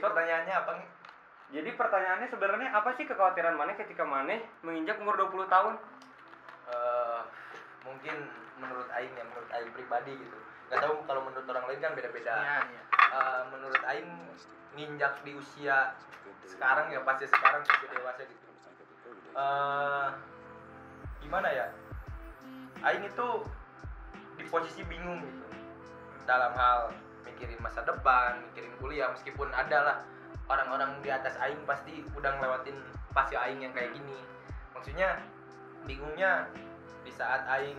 pertanyaannya apa nih? Jadi pertanyaannya sebenarnya apa sih kekhawatiran Maneh ketika Maneh menginjak umur 20 tahun? Mungkin menurut Aing ya, menurut Aing pribadi gitu. Gak tahu kalau menurut orang lain kan beda-beda. Iya. Menurut Aing nginjak di usia sekarang ya, pasti sekarang usia dewasa gitu. Gimana ya? Aing itu di posisi bingung gitu. Dalam hal mikirin masa depan, mikirin kuliah, meskipun ada lah orang-orang di atas Aing pasti udah ngelewatin fase Aing yang kayak gini. Maksudnya bingungnya di saat Aing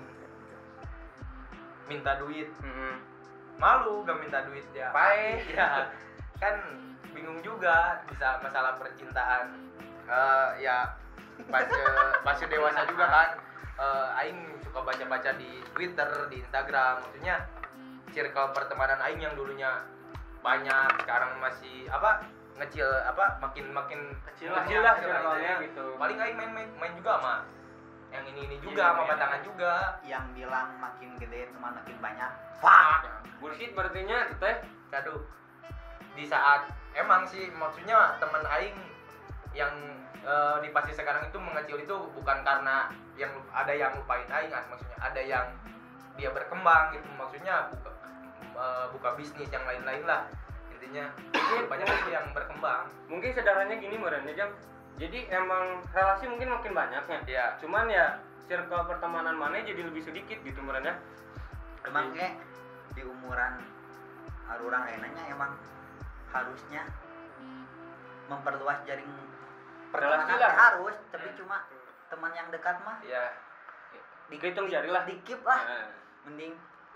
minta duit, malu gak minta duit ya. Pae. Ya kan bingung juga bisa masalah percintaan. Ya pas dewasa juga kan. Aing suka baca-baca di Twitter, di Instagram. Maksudnya circle pertemanan Aing yang dulunya banyak sekarang masih ngecil, makin kecil lah circle-nya gitu. Paling Aing main juga sama yang ini juga sama batangan juga. Yang bilang makin gede teman makin banyak. Fuck. Bullshit berartinya teh. Aduh. Di saat emang sih maksudnya teman Aing yang di fase sekarang itu mengecil itu bukan karena yang ada yang lupain Aing kan, maksudnya ada yang dia berkembang gitu, maksudnya buka bisnis yang lain-lain lah intinya. Banyak yang berkembang. Mungkin sederhananya gini meren ya Jam. Jadi emang relasi mungkin makin banyaknya. Iya. Cuman ya circle pertemanan Maneh jadi lebih sedikit gitu meren ya. Emang di umuran arurang enaknya emang harusnya memperluas jaring pertemanan Relasi lah. harus, tapi cuma teman yang dekat mah Iya. Dihitung jari lah. dikip lah. Nah, Mending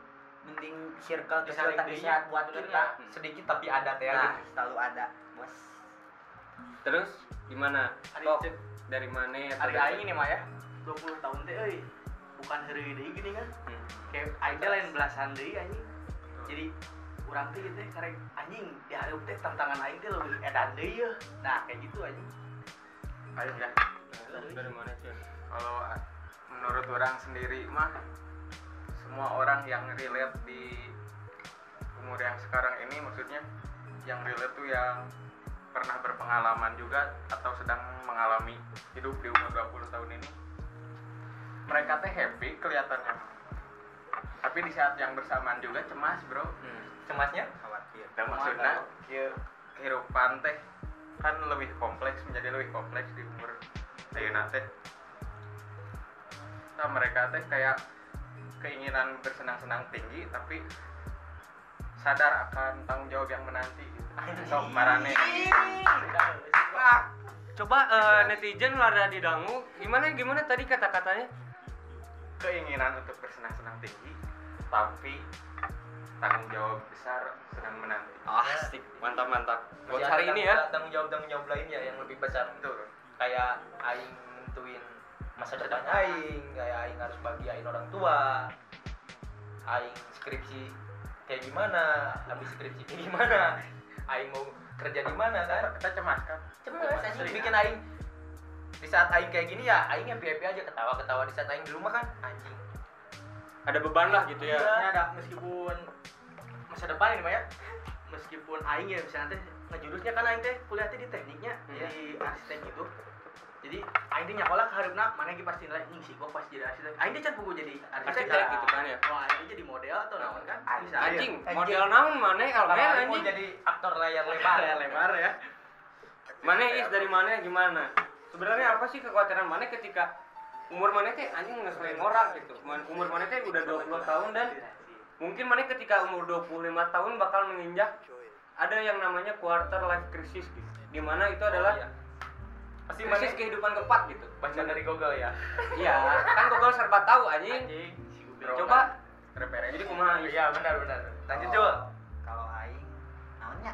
circle Disaring kecil tapi diri, sehat buat maksudnya kita. sedikit tapi ada teh Nah, gitu. selalu ada, Bos. terus gimana? Ari Tok cek. dari Maneh atau Ari dari- aing ini mah ya 20 tahun teh euy. Bukan heureuy deui gini kan. Kayak aing teh lain belasan deui anjing. Jadi urang teh gitu karek anjing di hareup teh tantangan aing teh leuwih edan deui ya. Nah, kayak gitu anjing. Ayo ya. dari Maneh sih? Kalau menurut orang sendiri mah semua orang yang relate di umur yang sekarang ini, maksudnya yang relate tuh yang pernah berpengalaman juga atau sedang mengalami hidup di umur 20 tahun ini, mereka teh happy kelihatannya, tapi di saat yang bersamaan juga cemas bro. Cemasnya Khawatir. Dan maksudnya kehidupan teh kan lebih kompleks, menjadi lebih kompleks di umur ayeuna teh. Nah, mereka teh kayak keinginan bersenang-senang tinggi tapi sadar akan tanggung jawab yang menanti gitu. Sok marane. Coba netizen lada didangu. Gimana tadi kata-katanya? Keinginan untuk bersenang-senang tinggi tapi tanggung jawab besar sedang menanti. Asik, mantap. Buat masih hari ada ini ya. tanggung jawab lain ya yang lebih besar. Betul. Kayak Aing nentuin masa depan Aing, kayak Aing harus bahagiain orang tua, Aing skripsi kayak gimana, habis skripsi kayak gimana, Aing mau kerja di mana kan. Kita cemas kan. Cemas anjing bikin Aing di saat Aing kayak gini ya Aing happy aja, ketawa di saat Aing di rumah kan anjing Ada beban lah gitu ya. Ini ada meskipun masa depan ini mah ya. Meskipun aing ya misalnya teh ngejurusnya kan aing teh kuliah teh di tekniknya, di arsitek gitu. Jadi aing teh nyakola ka hareupna mana ge pasti nilai nih sih gua pas jadi arsitek. Aing teh can pugu jadi arsitek Gitu kan ya. Wah, aing jadi model atau naon kan? Bisa aja. Anjing, model naon Maneh kalau Elmer Aing mau anjing. jadi aktor layar lebar. lebar ya. Maneh is dari Maneh gimana? Sebenarnya apa sih kekhawatiran Maneh ketika umur Maneh teh anjing ngeselin orang gitu. Umur Maneh teh udah 20 tahun dan mungkin Maneh ketika umur 25 tahun bakal menginjak ada yang namanya quarter life crisis gitu. Di mana itu adalah iya. Pasti krisis Maneh kehidupan keempat gitu. baca dari Google ya. Iya, kan Google serba tahu anjing. Coba Referensi. jadi kumaha? Iya benar. Lanjut coba. Kalau aing naonnya?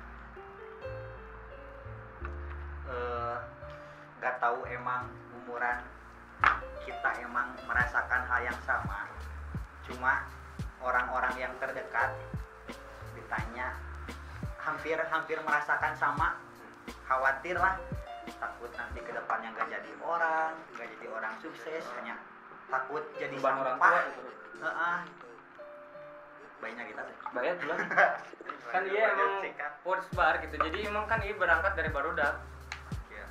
Gak tahu emang umuran kita emang merasakan hal yang sama. Cuma orang-orang yang terdekat ditanya hampir merasakan sama. Khawatir lah, takut nanti ke depannya gak jadi orang sukses, hanya takut jadi Beban orang sampah. tua gitu. bayinya kita teh. Bayar dulu. Kan dia emang sports bar gitu. Jadi emang kan ini berangkat dari barudak. Ya.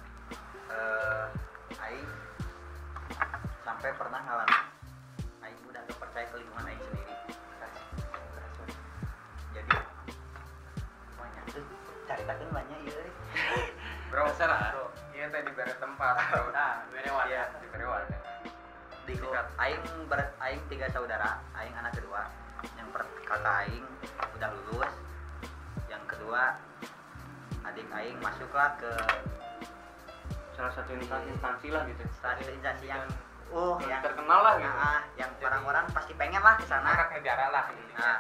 Aing sampai pernah ngalamin Aing udah gak percaya ke lingkungan Aing sendiri. Jadi banyak tuh caritakeun banyak ieu euy. Bro, Terserah. bro, iya teh diberi tempat, bro. Nah, bere wadah. Iya, diberi wadah. Di Sikat. Aing 3 saudara, Aing anak kedua. Kakak Aing udah lulus. Yang kedua adik Aing masuklah ke Salah satu instansi lah gitu. organisasi yang Yang yang terkenal lah gitu. nah, yang orang-orang pasti pengen lah ke sana. Anak negara lah ini. Nah,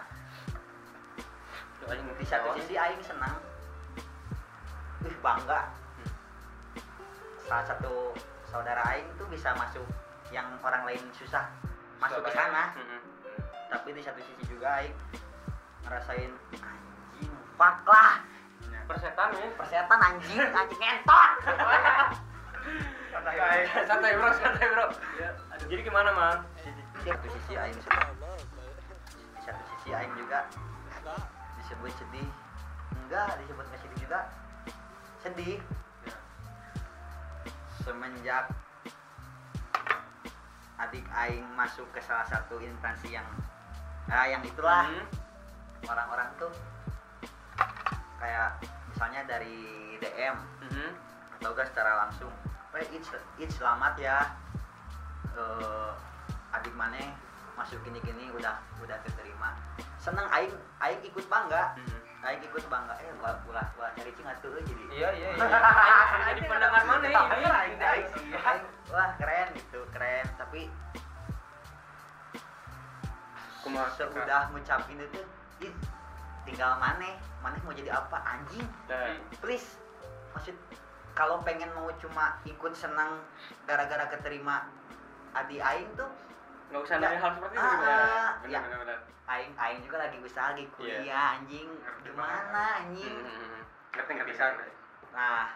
Aing di satu sisi Aing senang, bangga. Salah satu saudara Aing tuh bisa masuk yang orang lain susah masuk ke sana. Tapi di satu sisi juga Aing ngerasain anjing, fuck lah, Persetan ya. persetan anjing ngentot. Santai bro. Jadi gimana mang? Di satu sisi Aing senang, di satu sisi Aing juga disebut sedih, enggak disebut nggak sedih juga, sedih. Semenjak adik Aing masuk ke salah satu instansi yang itulah, orang-orang tuh kayak misalnya dari DM atau enggak secara langsung, it's selamat ya, adik maneh masuk gini udah keterima. Seneng Aing ikut bangga. Aing ikut bangga. Ulah cari cingat tuh jadi. Iya. Jadi pendengar mana ini? Aing, wah keren gitu, keren. Tapi seudah ngucapin itu, tinggal maneh mau jadi apa anjing? Please, maksud kalau pengen mau cuma ikut senang gara-gara keterima adik Aing tuh Nggak usah dari hal seperti itu gitu ya. Benar. Aing juga lagi usaha lagi kuliah anjing. Gimana anjing? Nggak bisa. Nah,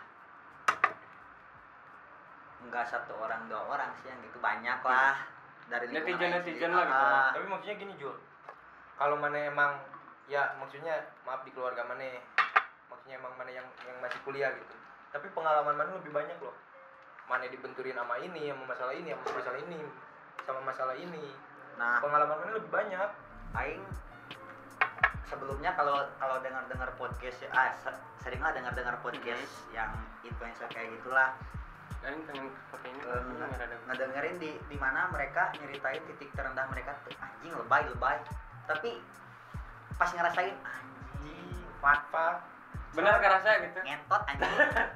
enggak satu orang dua orang sih yang gitu, banyak lah dari lingkungan Netizen lah gitu. Tapi maksudnya gini Jul, kalau mana emang ya maksudnya maaf di keluarga mana, maksudnya emang mana yang masih kuliah gitu, tapi pengalaman mana lebih banyak loh. Mana dibenturin sama ini, sama masalah ini, sama masalah ini. Nah, Pengalaman mana lebih banyak. Aing sebelumnya kalau dengar podcast sering lah dengar podcast yang influencer kayak gitulah. Aing pengen pakai ini. Ngedengerin di mana mereka nyeritain titik terendah mereka tuh, anjing lebay. Tapi pas ngerasain anjing fuck Benar kerasa gitu. ngentot anjing.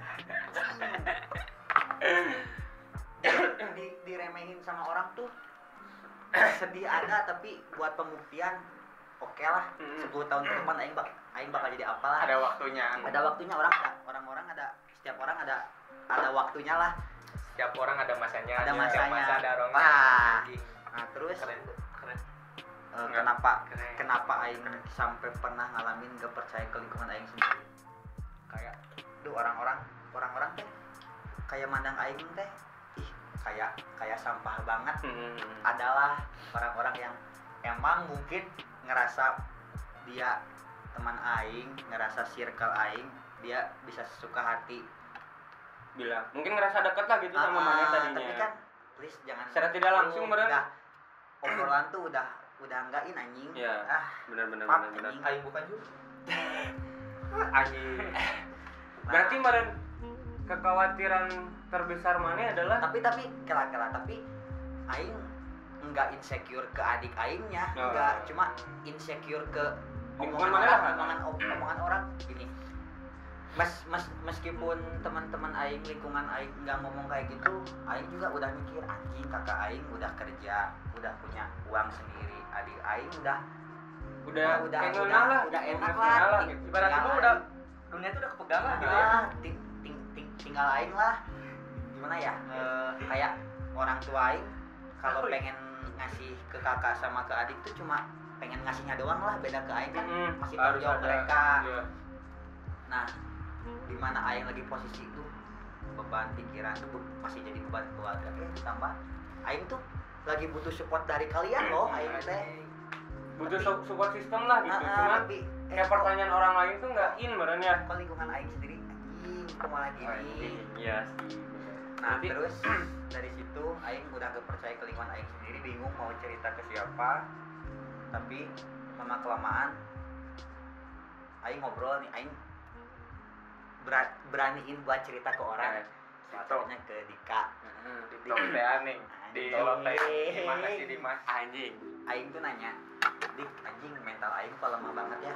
Diremehin sama orang tuh sedih ada, tapi buat pembuktian oke lah. 10 tahun ke depan Aing bakal jadi apalah. Ada waktunya. Ada waktunya, orang-orang ada, setiap orang ada waktunya lah. Setiap orang ada masanya. Ada Setiap masanya. masa ada orang. Wah. Nah terus Keren. kenapa Aing sampai pernah ngalamin gak percaya ke lingkungan Aing sendiri? Kayak orang-orang teh kayak mandang Aing teh kayak sampah banget. Adalah orang-orang yang emang mungkin ngerasa dia teman Aing, ngerasa circle Aing, dia bisa suka hati. Bilang mungkin ngerasa dekat lah gitu sama mana tadinya. Tapi kan please jangan secara tidak langsung udah bener. obrolan tuh udah enggakin anjing. Iya. Benar. fuck, anjing. Aing bukan Jul. Anjing. Berarti meren kekhawatiran terbesar mana adalah tapi kela tapi Aing enggak insecure ke adik Aingnya, enggak, cuma insecure ke Lingkungan omongan orang gini. Meskipun teman-teman Aing, lingkungan Aing nggak ngomong kayak gitu, Aing juga udah mikir anjing, kakak Aing udah kerja, udah punya uang sendiri, adik Aing udah enak lah, Ibaratnya mah udah dunia tuh udah kepegang lah gitu ya. Tinggal Aing lah, gimana ya, kayak orang tua Aing kalau pengen ngasih ke kakak sama ke adik tuh cuma pengen ngasihnya doang lah, beda ke Aing kan masih tanggung jawab mereka. Nah, dimana Aing lagi posisi itu beban pikiran tuh masih jadi beban keluarga, ditambah Aing tuh lagi butuh support dari kalian loh. Aing teh butuh Tapi- support system lah gitu. Cuman tapi kayak pertanyaan orang lain tuh nggak in benernya. kok lingkungan aing sendiri anjing kok malah gini. Iya sih. Nah Berarti- terus dari situ aing udah gak percaya ke lingkungan aing sendiri, bingung mau cerita ke siapa. Tapi lama kelamaan aing ngobrol nih, aing beraniin buat cerita ke orang. Salah satunya ke Dika. Di top teh aneh. Di top teh gimana sih Dimas? Anjing. Aing tuh nanya, Dik, anjing mental aing kok lemah banget ya?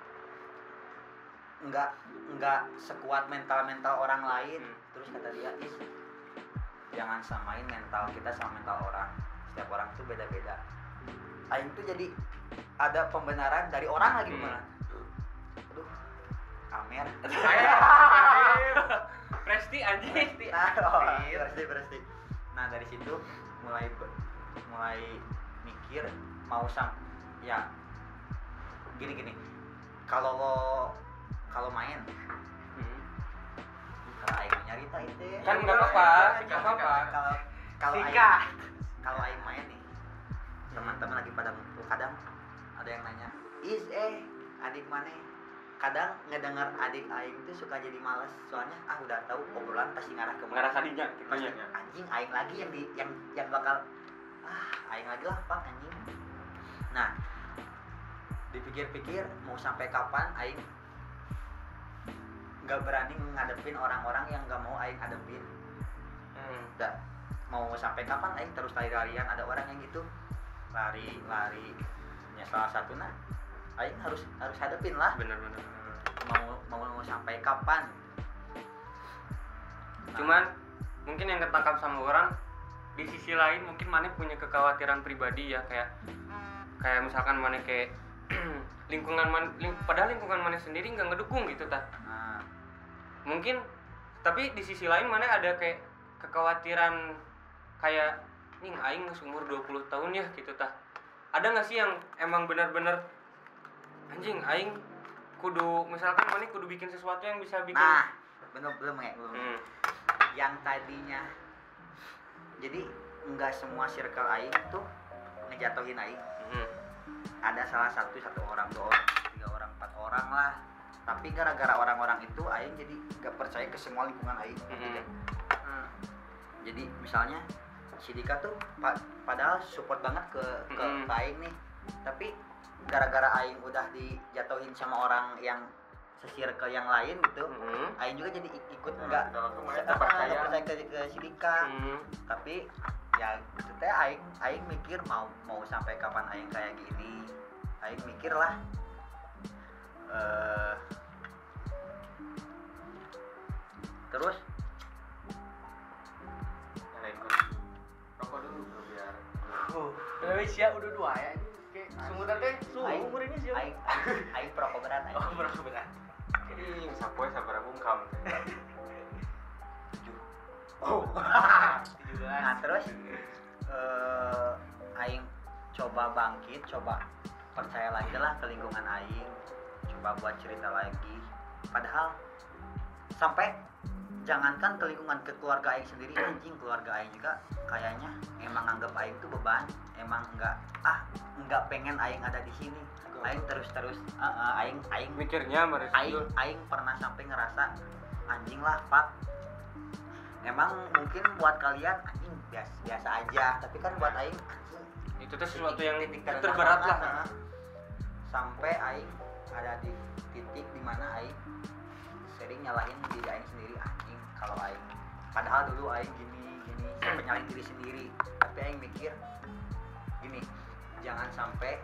Enggak sekuat mental orang lain. Terus kata dia, Is, jangan samain mental kita sama mental orang. Setiap orang tuh beda-beda. Aing tuh jadi ada pembenaran dari orang lagi gimana? Aduh, Amer. Presti anjing. Berarti. Nah dari situ mulai mikir mau ya gini. Kalau main, kalau aing nyarita itu ya. Kan nggak apa-apa, nggak apa-apa. Kalau aing main nih, teman-teman lagi pada ngumpul, kadang ada yang nanya, Is adik mana? Kadang ngedengar adik aing tuh suka jadi malas, soalnya udah tahu obrolan pasti ngarah ke Ngarah kadinya pasti kitanya. anjing aing lagi yang bakal aing lagi lah pak anjing. Nah dipikir-pikir mau sampai kapan aing nggak berani ngadepin orang-orang yang nggak mau aing hadepin. Mau sampai kapan aing terus lari-larian, ada orang yang gitu lari ya salah satu aing harus hadepin lah. Bener. Mau sampai kapan. Cuman mungkin yang ketangkap sama orang di sisi lain mungkin Mane punya kekhawatiran pribadi ya, kayak misalkan Mane kayak padahal lingkungan Mane sendiri nggak ngedukung gitu ta. Mungkin tapi di sisi lain Mane ada kayak kekhawatiran kayak nih aing umur 20 tahun ya gitu ta. Ada nggak sih yang emang benar-benar anjing aing kudu misalkan Mane kudu bikin sesuatu yang bisa bikin belum. Yang tadinya jadi nggak semua circle aing tuh ngejatuhin aing. Ada salah satu orang, 2 orang, 3 orang, 4 orang lah. Tapi gara-gara orang-orang itu aing jadi nggak percaya ke semua lingkungan aing. Jadi misalnya si Dika tuh padahal support banget ke aing nih, tapi gara-gara aing udah dijatuhin sama orang yang sesirkel yang lain gitu, aing juga jadi ikut nggak percaya ke si Dika. Tapi ya itu teh aing mikir mau sampai kapan aing kayak gini. Aing mikir lah terus Rokok dulu bro, biar Udah ya udah 2 ya. Kayak sumutan teh umur ini sih. Aing perokok berat aing. Berapa berat? ini sapoe sabaraha bungkam. Nah terus aing coba bangkit, coba percaya lagi lah ke lingkungan aing, coba buat cerita lagi. Padahal sampai jangankan ke lingkungan, ke keluarga aing sendiri, anjing keluarga aing juga kayaknya emang anggap aing tuh beban, emang nggak pengen aing ada di sini. Aing terus aing mikirnya aing pernah sampai ngerasa anjing lah pak. Emang mungkin buat kalian anjing biasa aja, tapi kan buat aing anjing itu tuh sesuatu yang titik terendah terberat banget, lah. Sampai aing ada di titik dimana aing sering nyalahin diri aing sendiri, anjing kalau aing padahal dulu aing gini sampai nyalahin diri sendiri. Tapi aing mikir gini, jangan sampai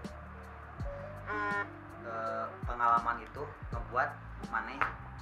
pengalaman itu ngebuat maneh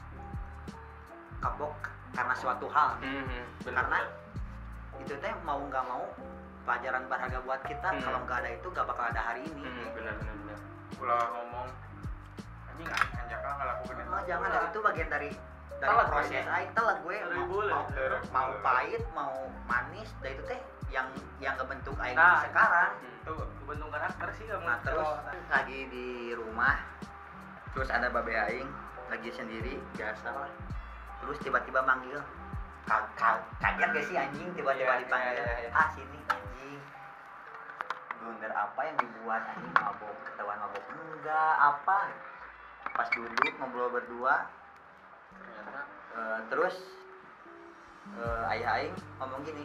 kapok karena suatu hal. Karena itu teh mau nggak mau pelajaran berharga buat kita. Kalau nggak ada itu nggak bakal ada hari ini. Benar. Ulah ngomong anjing anjaka ngalakukeun itu. Jangan, dan itu bagian dari Telat proses gue. aing telat gue mau Telat. pahit mau manis, dan itu teh yang ngebentuk aing Nah, sekarang. Tuh, bentuk karakter sih kamu. Nah terus lagi di rumah, terus ada babe aing lagi sendiri biasa lah. Terus tiba-tiba manggil, kaget gak sih anjing tiba-tiba Iya, dipanggil? iya. Sini anjing. blunder apa yang dibuat anjing, mabok, ketahuan mabok enggak apa, pas duduk ngobrol berdua ternyata terus ayah aing ngomong gini,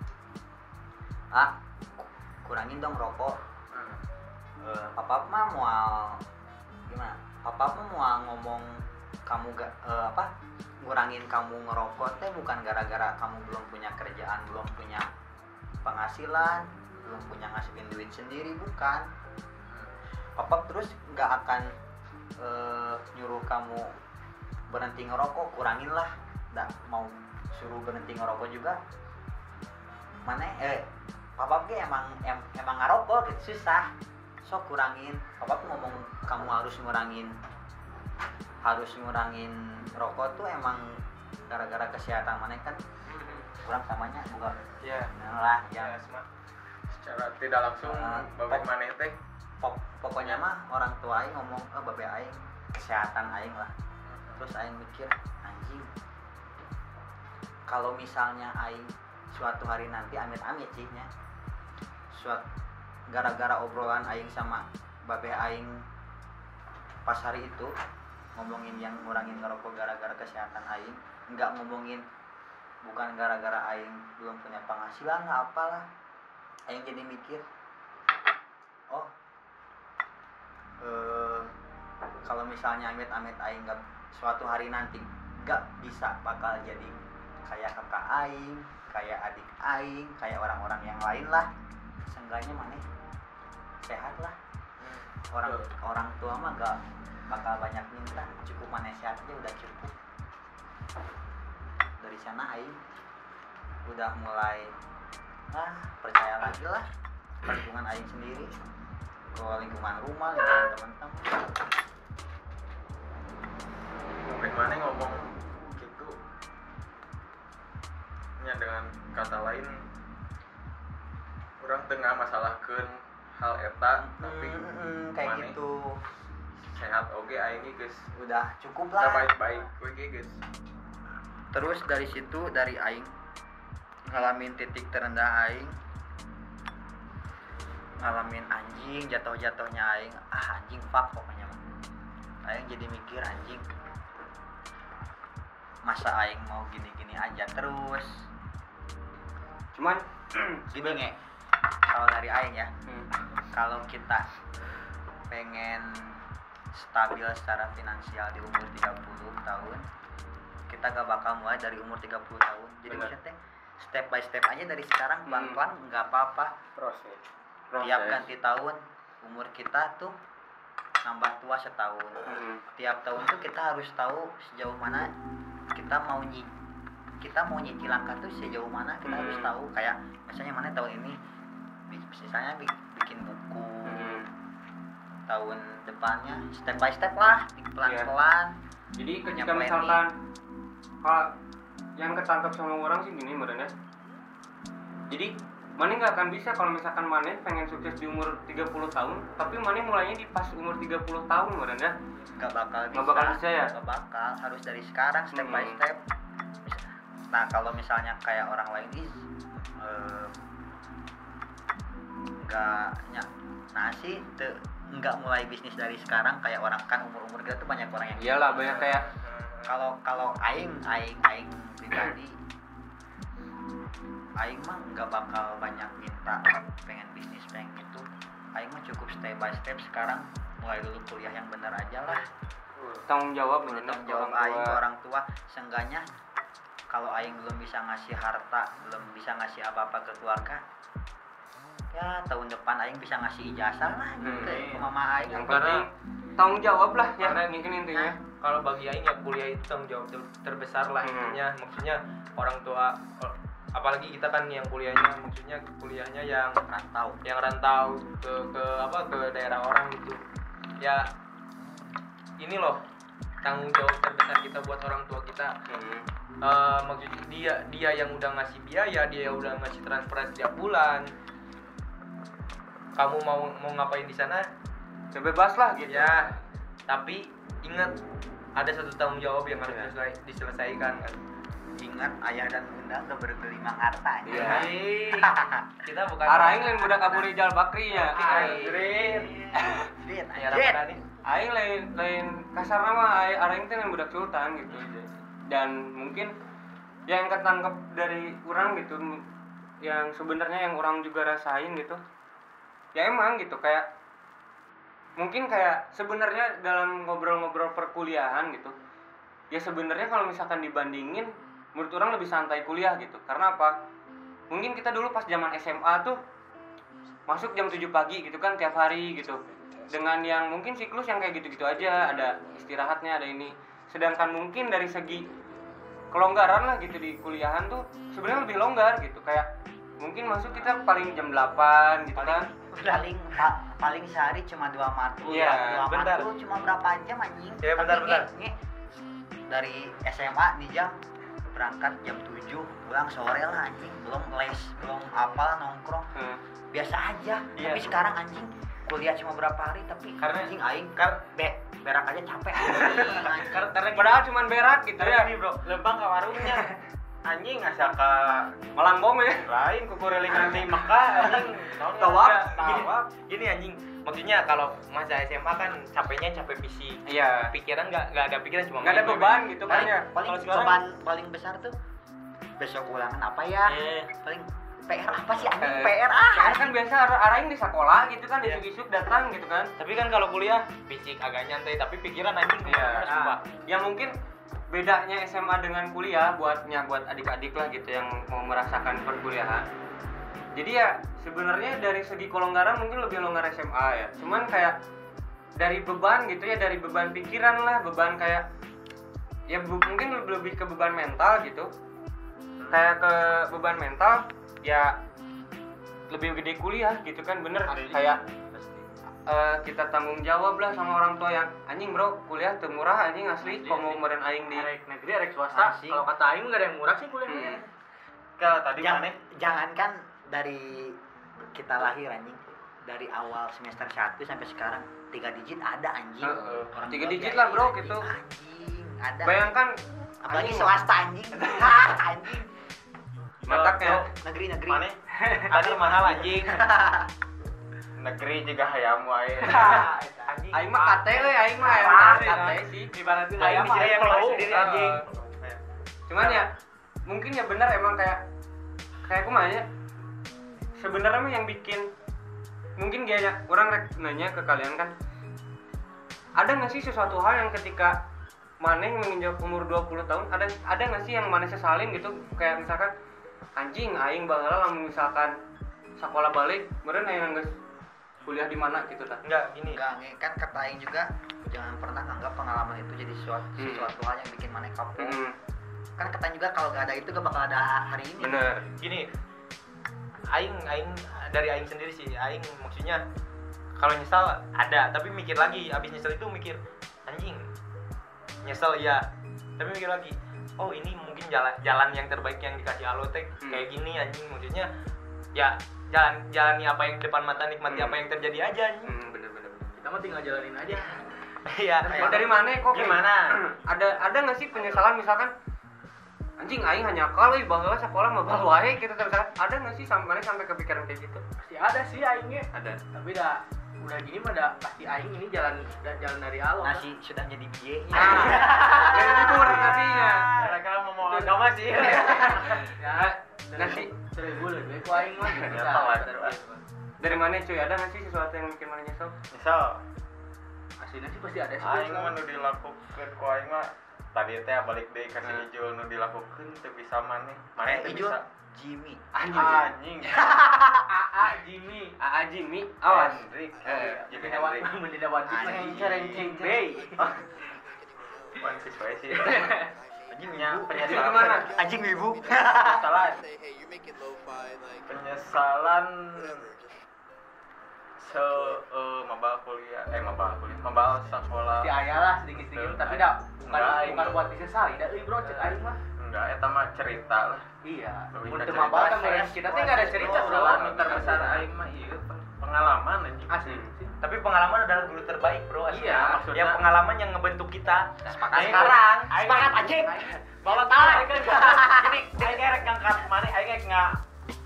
kurangin dong rokok. Papa mah mau gimana? Papa mah mau ngomong kamu gak ngurangin kamu ngerokok teh bukan gara-gara kamu belum punya kerjaan, belum punya penghasilan, belum punya ngasilin duit sendiri, bukan. Papa terus nggak akan nyuruh kamu berhenti ngerokok, kurangin lah. Nggak mau suruh berhenti ngerokok juga. Mana papa ge emang ngerokok gitu susah, sok kurangin. Papa tuh ngomong kamu harus ngurangin rokok tuh emang gara-gara kesehatan mana kan kurang samanya bukan Iya. lah Ya, yang secara tidak langsung babek maneh teh pokoknya mah orang tua aing ngomong babe aing kesehatan aing lah. Terus aing mikir anjing, kalau misalnya aing suatu hari nanti amit-amit sih nya gara-gara obrolan aing sama babe aing pas hari itu ngomongin yang ngurangin ngerokok gara-gara kesehatan aing, nggak ngomongin bukan gara-gara aing belum punya penghasilan nggak apalah, aing jadi mikir kalau misalnya amit-amit aing nggak suatu hari nanti nggak bisa bakal jadi kayak kakak aing, kayak adik aing, kayak orang-orang yang lain lah, seenggaknya mana sehat lah. Orang tua mah gak bakal banyak minta, cukup mana sehat aja udah cukup. Dari sana aing udah mulai percaya lagi lah lingkungan aing sendiri, ke lingkungan rumah, lingkungan teman-teman. babek maneh ngomong gitu nya dengan kata lain orang tengah masalahkeun hal eta tapi kayak maneh gitu sehat oge aing geus udah cukup kita lah. baik-baik we ge geus. Terus dari situ, dari aing ngalamin titik terendah aing, ngalamin anjing jatuh-jatuhnya aing, anjing fuck pokoknya mah. Aing jadi mikir anjing, masa aing mau gini-gini aja terus. Cuman Gini nge, kalau dari aing ya, kalau kita pengen stabil secara finansial di umur 30 tahun, kita gak bakal mulai dari umur 30 tahun. Jadi Bener. maksudnya step by step aja dari sekarang, pelan-pelan nggak apa-apa. Proses. Tiap ganti tahun umur kita tuh nambah tua setahun. Tiap tahun tuh kita harus tahu sejauh mana kita mau nyicil langkah tuh sejauh mana kita harus tahu. Kayak misalnya mana tahun ini misalnya bikin buku, tahun depannya step by step lah, pelan-pelan. Jadi ketika Punya misalkan kalau yang ketangkap sama orang sih gini merenya. Jadi Mane nggak akan bisa kalau misalkan Mane pengen sukses di umur 30 tahun, tapi Mane mulainya di pas umur 30 tahun merenya. Nggak bakal bisa ya? Nggak bakal, harus dari sekarang step by step. Nah kalau misalnya kayak orang lain nggak mulai bisnis dari sekarang, kayak orang kan umur kita tuh banyak orang yang Iyalah banyak kayak kalau aing pribadi, aing mah nggak bakal banyak minta pengen bisnis pengen itu. Aing mah cukup step by step sekarang, mulai dulu kuliah yang benar aja lah. tanggung jawab Tanggung jawab aing ke orang tua. Seenggaknya kalau aing belum bisa ngasih harta, belum bisa ngasih apa-apa ke keluarga, ya tahun depan aing bisa ngasih ijazah lah gitu ke mama aing. Yang penting tanggung jawab lah ya, Karena mungkin intinya. kalau bagi aing ya kuliah itu tanggung jawab terbesar lah intinya. Maksudnya orang tua, apalagi kita kan yang kuliahnya, maksudnya kuliahnya yang rantau ke daerah orang gitu ya. Ini loh tanggung jawab terbesar kita buat orang tua kita. Maksudnya dia yang udah ngasih biaya, dia yang udah ngasih transferan setiap bulan. Kamu mau ngapain di sana Bebas lah gitu. ya, tapi ingat ada satu tanggung jawab yang harus diselesaikan kan. Ingat ayah dan bunda udah bergelimang harta. Iya. Kita bukan Araing lain budak Abu Rijal Bakri nya. Anjrit. Dit, Ya anjrit. Ramadhani. Aing lain kasar nama Araing teh lain budak sultan gitu. Dan mungkin yang ketangkep dari orang gitu, yang sebenarnya yang orang juga rasain gitu. Ya emang gitu kayak mungkin kayak sebenarnya dalam ngobrol-ngobrol perkuliahan gitu. Ya sebenarnya kalau misalkan dibandingin menurut orang lebih santai kuliah gitu. Karena apa? Mungkin kita dulu pas zaman SMA tuh masuk jam 7 pagi gitu kan tiap hari gitu. Dengan yang mungkin siklus yang kayak gitu-gitu aja, ada istirahatnya, ada ini. Sedangkan mungkin dari segi kelonggaran lah gitu di kuliahan tuh sebenarnya lebih longgar gitu. Kayak mungkin masuk kita paling jam 8 gitu kan. Paling sehari cuma 2 matkul. Iya, 2 bentar. matkul cuma berapa jam anjing? Ya, bentar, Tapi bentar. Dari SMA nih jam berangkat jam 7, pulang sore lah anjing, belum les, belum apa nongkrong. Biasa aja. Iya. Tapi sekarang anjing kuliah cuma berapa hari tapi Karena- anjing aing berak aja capek anjing. Karena Padahal cuman berak gitu ya. gini, Bro. Lembang ke warungnya. Anjing asa ka Malang bom ya. lain kukurelingan di Mekah anjing. Tawaf. Gini anjing. Maksudnya kalau masa SMA kan capeknya capek fisik. Iya. Pikiran nggak ada pikiran cuma Nggak ada main. beban gitu kan ya. Paling Kalau sekarang beban paling besar tuh besok ulangan apa ya? Eh. Paling PR apa sih anjing? Eh, PR sekarang kan biasa arahin di sekolah gitu kan, Iya. isuk-isuk datang gitu kan. Tapi kan kalau kuliah fisik agak nyantai tapi pikiran anjing Iya. sumpah. Ya mungkin bedanya SMA dengan kuliah buat adik-adik lah gitu yang mau merasakan perkuliahan. Jadi ya sebenarnya dari segi kelonggaran mungkin lebih longgar SMA ya. Cuman kayak dari beban gitu ya, dari beban pikiran lah, beban kayak ya mungkin lebih ke beban mental gitu. Kayak ke beban mental ya lebih gede kuliah gitu kan, bener kayak kita tanggung jawab lah sama orang tua yang anjing bro kuliah teu murah anjing asli kok mau meren aing di Arek negeri, arek swasta. Asing. Kalau kata aing nggak ada yang murah sih kuliahnya. Tadi Jangan, mana? jangankan dari kita lahir anjing, dari awal semester 1 sampai sekarang 3 digit ada anjing. Orang 3 tua digit biayain lah bro anjing. gitu. Anjing, ada. Bayangkan apalagi anjing, swasta anjing. Anjing. mataknya Negeri-negeri. Mana? Tadi mahal anjing. Negeri juga hayam wae. Anjing. aing mah kate we aing mah aya kate sih. Ibaratin Aing ayam bisa ayam yang tahu tahu sendiri anjing. Cuman ya mungkin ya benar emang kayak kumaha ya. Sebenarnya mah yang bikin mungkin gaya orang rek nanya ke kalian kan, ada nggak sih sesuatu hal yang ketika maneh menginjak umur 20 tahun ada nggak sih yang maneh sesalin gitu, kayak misalkan anjing aing baheula lamun misalkan sekolah balik meureun aya geus kuliah di mana gitu tah. Enggak gini. Enggak, kan kata aing juga jangan pernah anggap pengalaman itu jadi sesuatu hal yang bikin mana kapok. Kan kata juga kalau gak ada itu gak bakal ada hari ini. Bener. Gini. Aing dari aing sendiri sih. Aing maksudnya kalau nyesal ada, tapi mikir lagi. Abis nyesel itu mikir anjing. Nyesel ya. Tapi mikir lagi. Oh, ini mungkin jalan yang terbaik yang dikasih Alotek kayak gini anjing. Maksudnya ya jalani apa yang depan mata, nikmati apa yang terjadi aja anjing. Bener. Kita mah tinggal jalanin aja. Iya. Oh, dari mana kok Gimana? ada nggak sih penyesalan misalkan anjing aing hanya kali baheula sekolah mah bae wae gitu misalkan ada nggak sih sampai kepikiran kayak gitu? Pasti ada sih aingnya. Ada. Tapi udah gini mah pasti aing ini jalan dari Allah. Nasi sudah menjadi biye. Dan itu kurang lebihnya. Kira-kira mau agama sih. Ya, Nasi seribu lebih ku aing mah gitu. Ya, tahu lah. dari mana cuy? Ada nggak sih sesuatu yang bikin mana nyesel? Misal Aslinya sih pasti ada sih. Aing mah nu dilakukeun ku aing mah tadi teh balik deui ka si Ijo nu dilakukeun teu bisa maneh. Maneh teu Ijo bisa. Jimmy. Anjing. AA Jimmy. Jimmy, awas. Hendrik. Jadi Jimmy hewan Hendrik. menjadi wajib Anjing. ceng bay. One Piece wae sih. Anjing Jadi gimana? Anjing wibu. penyesalan. Penyesalan mabal sekolah. Si aya lah sedikit-sedikit tapi dah bukan buat disesali dah euy bro cek aing mah. Enggak, eta mah cerita lah. Iya. Lebih Mun ke teu cerita. mabal kan beres kita teh enggak ada cerita bro. Penyesalan terbesar aing mah ieu pengalaman anjing. Asli sih. Tapi pengalaman adalah guru terbaik, bro. Asli. Iya, maksudnya- Ya pengalaman yang ngebentuk kita. Sepakat Aing- sekarang. Aing- Sepakat anjing. Bawa tarik kan.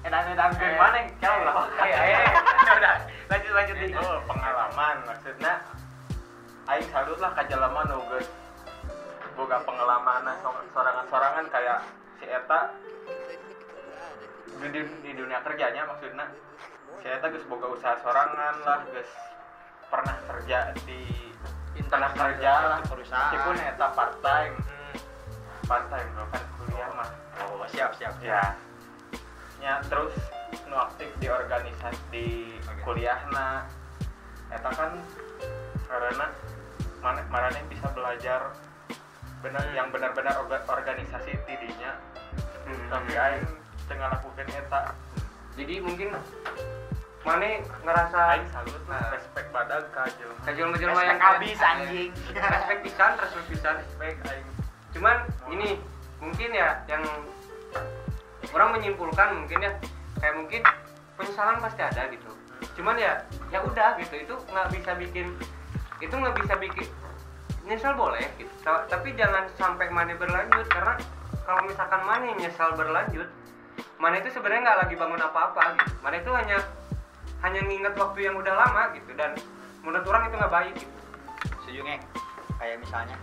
edan ke mana kalau lah Udah, lanjut nih. Oh, pengalaman maksudnya aing salut lah ka jelema nu geus boga pengalaman sorangan-sorangan kayak si eta di dunia kerjanya maksudnya si eta geus boga usaha sorangan lah geus pernah kerja di pernah kerja lah perusahaan. meskipun eta part time bro kan kuliah mah Oh, siap. ya terus nu aktif di organisasi di kuliahna eta kan karena mana bisa belajar yang benar-benar organisasi tidinya tapi aing tengah lakukan eta jadi mungkin mana ngerasa aing salut lah respect badag ka jelema jelema yang habis anjing. respect pisan respect aing cuman ini mungkin ya yang orang menyimpulkan mungkin ya kayak mungkin penyesalan pasti ada gitu cuman ya udah gitu itu nggak bisa bikin nyesal boleh gitu tapi jangan sampai mana berlanjut karena kalau misalkan mana nyesal berlanjut mana itu sebenarnya nggak lagi bangun apa-apa gitu mana itu hanya nginget waktu yang udah lama gitu dan menurut orang itu nggak baik gitu. Setuju ngeng. Kayak misalnya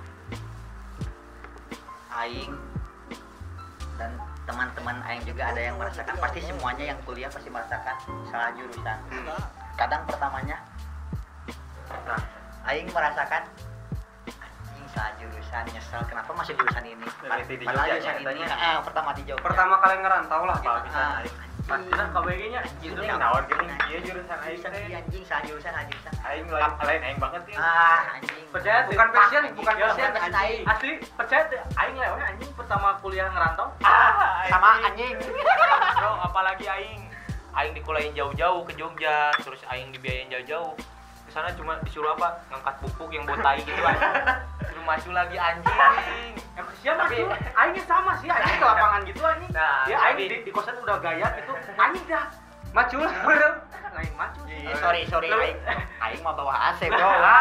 aing dan teman-teman aing juga ada yang merasakan, pasti semuanya yang kuliah pasti merasakan salah jurusan. Kadang pertamanya nah, aing merasakan anjing salah jurusan, nyesel kenapa masuk jurusan ini. Di Padahal Jogja jurusan ini katanya. pertama di Jogja. Pertama kali ngerantau lah gitu. Pastinya KBG-nya gitu Ini nih. naon geuning ieu jurusan aing jurusan si anjing salah jurusan. aing lain aing banget ya Anjing. Percaya Bukan passion, bukan Ya, passion. passion aing. Asli percaya tuh aing lewatnya anjing pertama kuliah ngerantau. Sama anjing. Bro, apalagi aing dikulain jauh-jauh ke Jogja, terus aing dibiayain jauh-jauh. Ke sana cuma disuruh apa? Ngangkat pupuk yang buat tai gitu aja. Suruh maju lagi anjing. Siapa sih? Aingnya sama sih, aing ke lapangan gitu anjing. Nah, Ya aing tapi- di kosan udah gaya gitu. Anjing dah. Maju lah. Lain macu. Sorry aing mah bawa AC, Bro.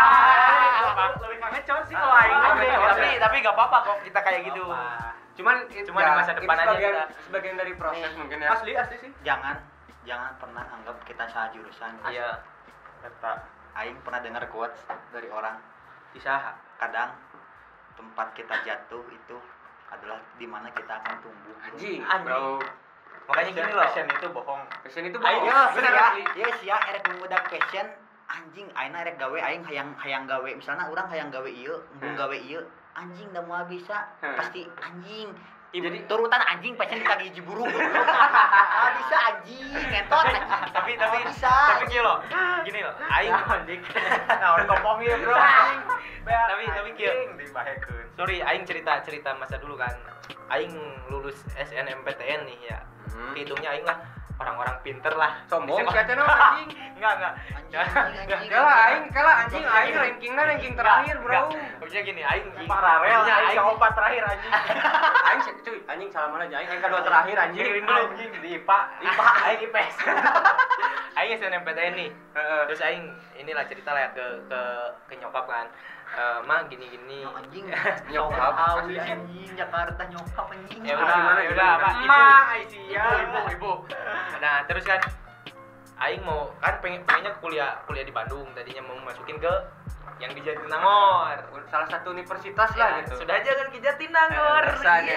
Lebih ngecor sih kalau aing. Tapi enggak apa-apa kok kita kayak gitu. Cuman Di masa depan aja kita. sebagian dari proses mungkin ya. Asli sih. Jangan pernah anggap kita salah jurusan. Iya. eta Aing pernah dengar quotes dari orang, Isaha. kadang tempat kita jatuh itu adalah di mana kita akan tumbuh. Anjing, Anjing. bro. Makanya gini loh. passion itu bohong Passion itu Aing bohong. bener Bener, ya. asli. Yes ya, erek budak passion anjing aina erek gawe aing hayang gawe. Misalnya orang hayang gawe ieu, embung gawe ieu, anjing da moal bisa. Pasti anjing. Jadi turutan anjing passion ditagi hiji burung. Bisa anjing, ngentot anjing. Tapi bisa. gini loh. Aing naon ngomong ieu bro tapi kieu. dibahekeun Sorry, aing cerita masa dulu kan. Aing lulus SNMPTN nih ya. Hitungnya aing lah orang-orang pinter lah. Sombong Bisa- siapa anjing? Enggak. Anjing. Kalah anjing ranking terakhir, bro. Maksudnya gini, aing paralel maksudnya aing coba terakhir anjing Cuy, anjing salaman aja aing kedua terakhir anjing. Dengerin dulu. anjing di IPA aing IPS Aing SNMPTN nih. Terus aing inilah cerita lah ya ke nyokap kan. Mah gini Anjing. Nyokap. Awi anjing Jakarta nyokap anjing. ya Gimana, udah apa Emak, Aisyah. ibu nah terus kan aing mau kan pengennya kuliah di Bandung, tadinya mau masukin ke yang di Jatinangor. Salah satu universitas lah Ya, gitu. sudah aja kan ke Jatinangor. Bisa aja.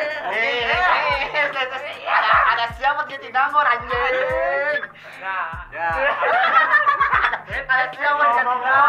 Ada siapa di Jatinangor anjing? Nah, Ya. Ada siapa di Jatinangor?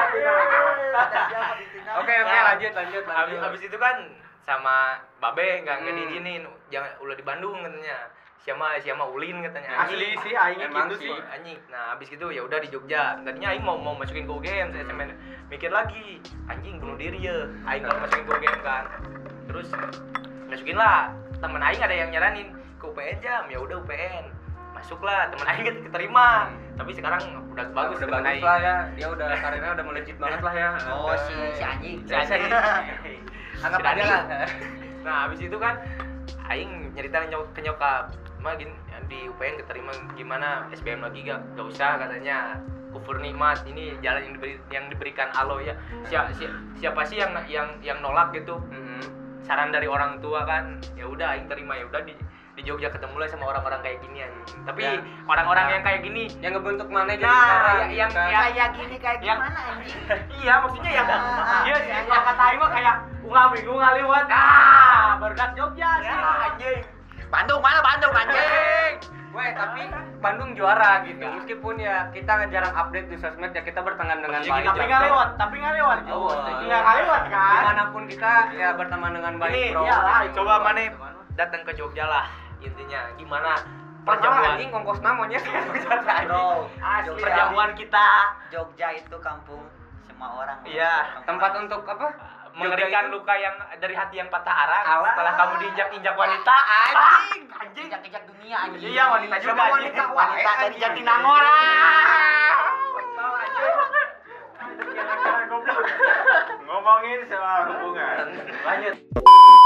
Oke, lanjut. habis itu kan sama Babe nggak diizinin, jangan ulah di Bandung katanya. Siapa Ulin katanya. Asli sih aing Emang gitu sih. Anjing. Nah, habis gitu ya udah di Jogja. Tadinya aing mau masukin ke UGM, saya semen mikir lagi, anjing bunuh diri ya. Aing kalau masukin ke UGM kan. Terus masukin lah. Temen aing ada yang nyaranin ke UPN jam, ya udah UPN. Masuklah, temen aing keterima. Tapi sekarang udah bagus Udah temen bagus aing. lah ya. Dia udah karirnya udah melejit banget lah ya. Oh si anjing. Si anjing. Anggap Si aja lah. Nah, habis itu kan aing nyerita ke nyokap, mah gini di UPN keterima gimana, SBM lagi gak usah katanya. Kufur nikmat, ini jalan yang diberikan Allah ya. Siapa sih yang nolak gitu? Saran dari orang tua kan. Ya udah aing terima, ya udah di Jogja ketemu lah sama orang-orang kayak gini anjing. Tapi Ya. orang-orang yang kayak gini yang ngebentuk mana jadi Nah, sekarang yang- kan. Kayak gini kayak Yang- gimana anjing? iya maksudnya yang Iya sih, yang kata Aing mah kayak unggah minggu ngaliwat. Ah, berkat Jogja sih. anjing. Bandung mana Bandung anjing? Weh, tapi Bandung juara gitu. Meskipun ya kita jarang update di sosmed ya kita berteman dengan Maksudnya baik. kita Tapi nggak lewat, tapi nggak lewat. Oh, Nggak lewat kan? Dimanapun kita ya berteman dengan baik, Ini bro. iyalah, coba mana datang ke Jogja lah intinya gimana Perjamuan perjamuan anjing ongkos namanya. Bro, Asli. perjamuan kita Jogja itu kampung semua orang. Iya. Tempat untuk apa? mengerikan Jogja itu- luka yang dari hati yang patah arang Alah. setelah kamu diinjak-injak wanita Anjing, anjing injak-injak dunia anjing. iya wanita juga Semua anjing. wanita, wanita dari Anjing. Jatinangor. Ngomongin soal hubungan. lanjut